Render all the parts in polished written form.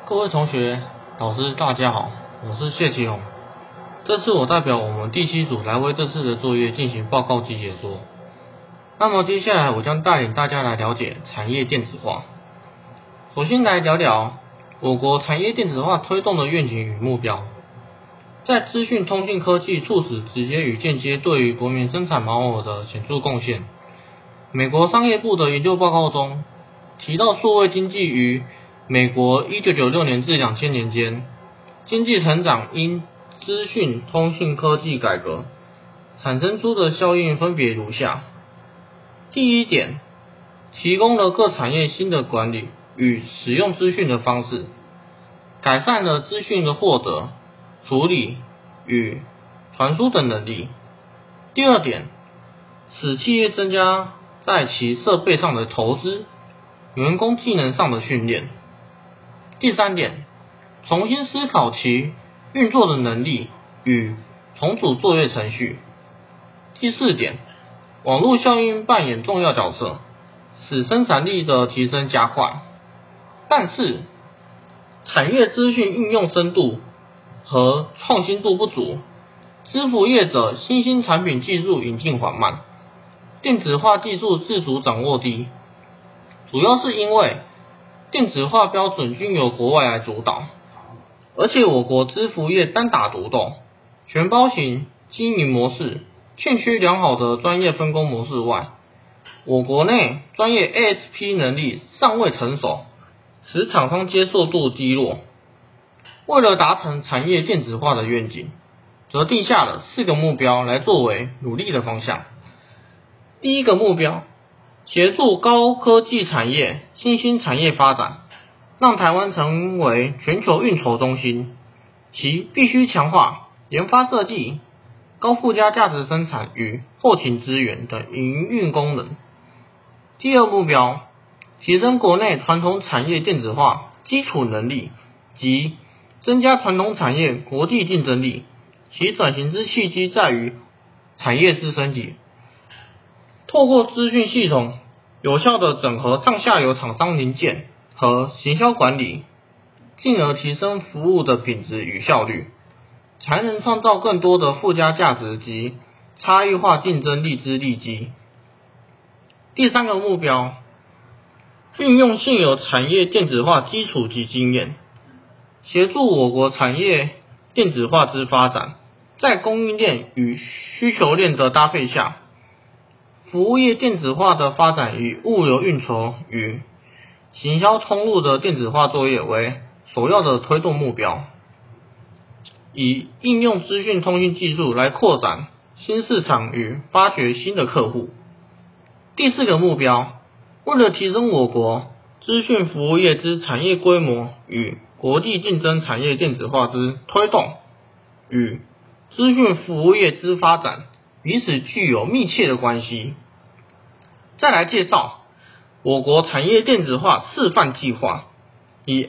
各位同学、老师，大家好，我是谢启宏。这次我代表我们第7组来为这次的作业进行报告及解说。那么接下来我将带领大家来了解产业电子化。首先来聊聊我国产业电子化推动的愿景与目标。在资讯通信科技促使直接与间接对于国民生产毛额的显著贡献。美国商业部的研究报告中提到，数位经济于美国1996年至2000年间，经济成长因资讯通信科技改革产生出的效应分别如下。第一点，提供了各产业新的管理与使用资讯的方式，改善了资讯的获得、处理与传输等能力。第二点，使企业增加在其设备上的投资，员工技能上的训练。第三点，重新思考其运作的能力与重组作业程序。第四点，网络效应扮演重要角色，使生产力的提升加快。但是，产业资讯应用深度和创新度不足，支付业者新兴产品技术引进缓慢，电子化技术自主掌握低，主要是因为电子化标准均由国外来主导，而且我国支付业单打独斗，全包型经营模式欠缺良好的专业分工模式外，我国内专业 ASP 能力尚未成熟，使厂商接受度低落。为了达成产业电子化的愿景，则定下了4个目标来作为努力的方向。第一个目标，协助高科技产业新兴产业发展，让台湾成为全球运筹中心，其必须强化研发设计、高附加价值生产与后勤资源等营运功能。第二目标，提升国内传统产业电子化基础能力及增加传统产业国际竞争力，其转型之契机在于产业自身体。透过资讯系统有效的整合上下游厂商零件和行销管理，进而提升服务的品质与效率，才能创造更多的附加价值及差异化竞争力之利基。第三个目标，运用现有产业电子化基础及经验，协助我国产业电子化之发展，在供应链与需求链的搭配下，服务业电子化的发展与物流运筹与行销通路的电子化作业为首要的推动目标，以应用资讯通信技术来扩展新市场与发掘新的客户。第四个目标，为了提升我国资讯服务业之产业规模与国际竞争产业电子化之推动，与资讯服务业之发展彼此具有密切的关系。再来介绍我国产业电子化示范计划，以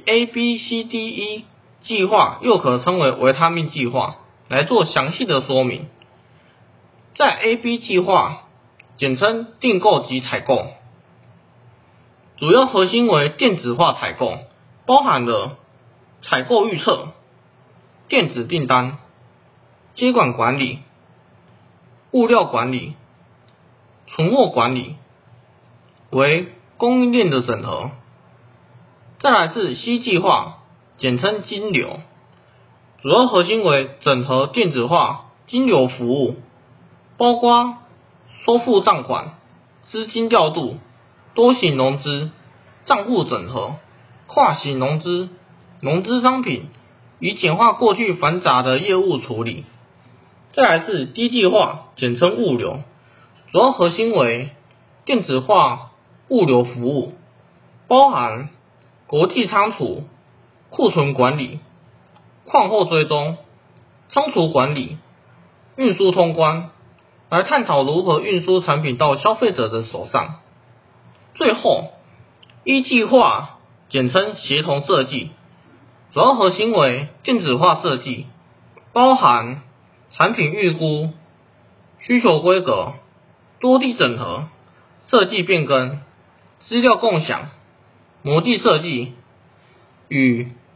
ABCDE 计划又可称为维他命计划来做详细的说明。在 AB 计划，简称订购及采购，主要核心为电子化采购，包含了采购预测、电子订单、接管管理、物料管理、存货管理，为供应链的整合。再来是 C 计划，简称金流，主要核心为整合电子化金流服务，包括收付账款、资金调度、多型融资、账户整合、跨型融资、融资商品，以简化过去繁杂的业务处理。再来是 D 计划，简称物流，主要核心为电子化物流服务，包含国际仓储、库存管理、况后追踪、仓储管理、运输通关，来探讨如何运输产品到消费者的手上。最后 E 计划，简称协同设计，主要核心为电子化设计，包含产品预估、需求规格、多地整合、设计变更、资料共享、模具设计与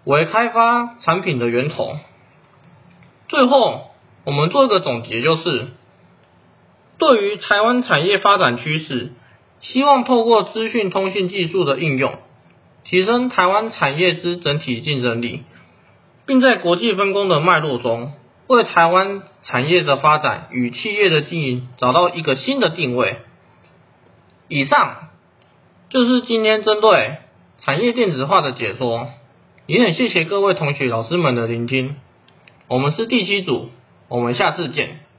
为开发产品的源头。最后，我们做一个总结，就是对于台湾产业发展趋势，希望透过资讯通讯技术的应用，提升台湾产业之整体竞争力，并在国际分工的脉络中，为台湾产业的发展与企业的经营找到一个新的定位。以上就是今天针对产业电子化的解说，也很谢谢各位同学老师们的聆听。我们是第7组，我们下次见。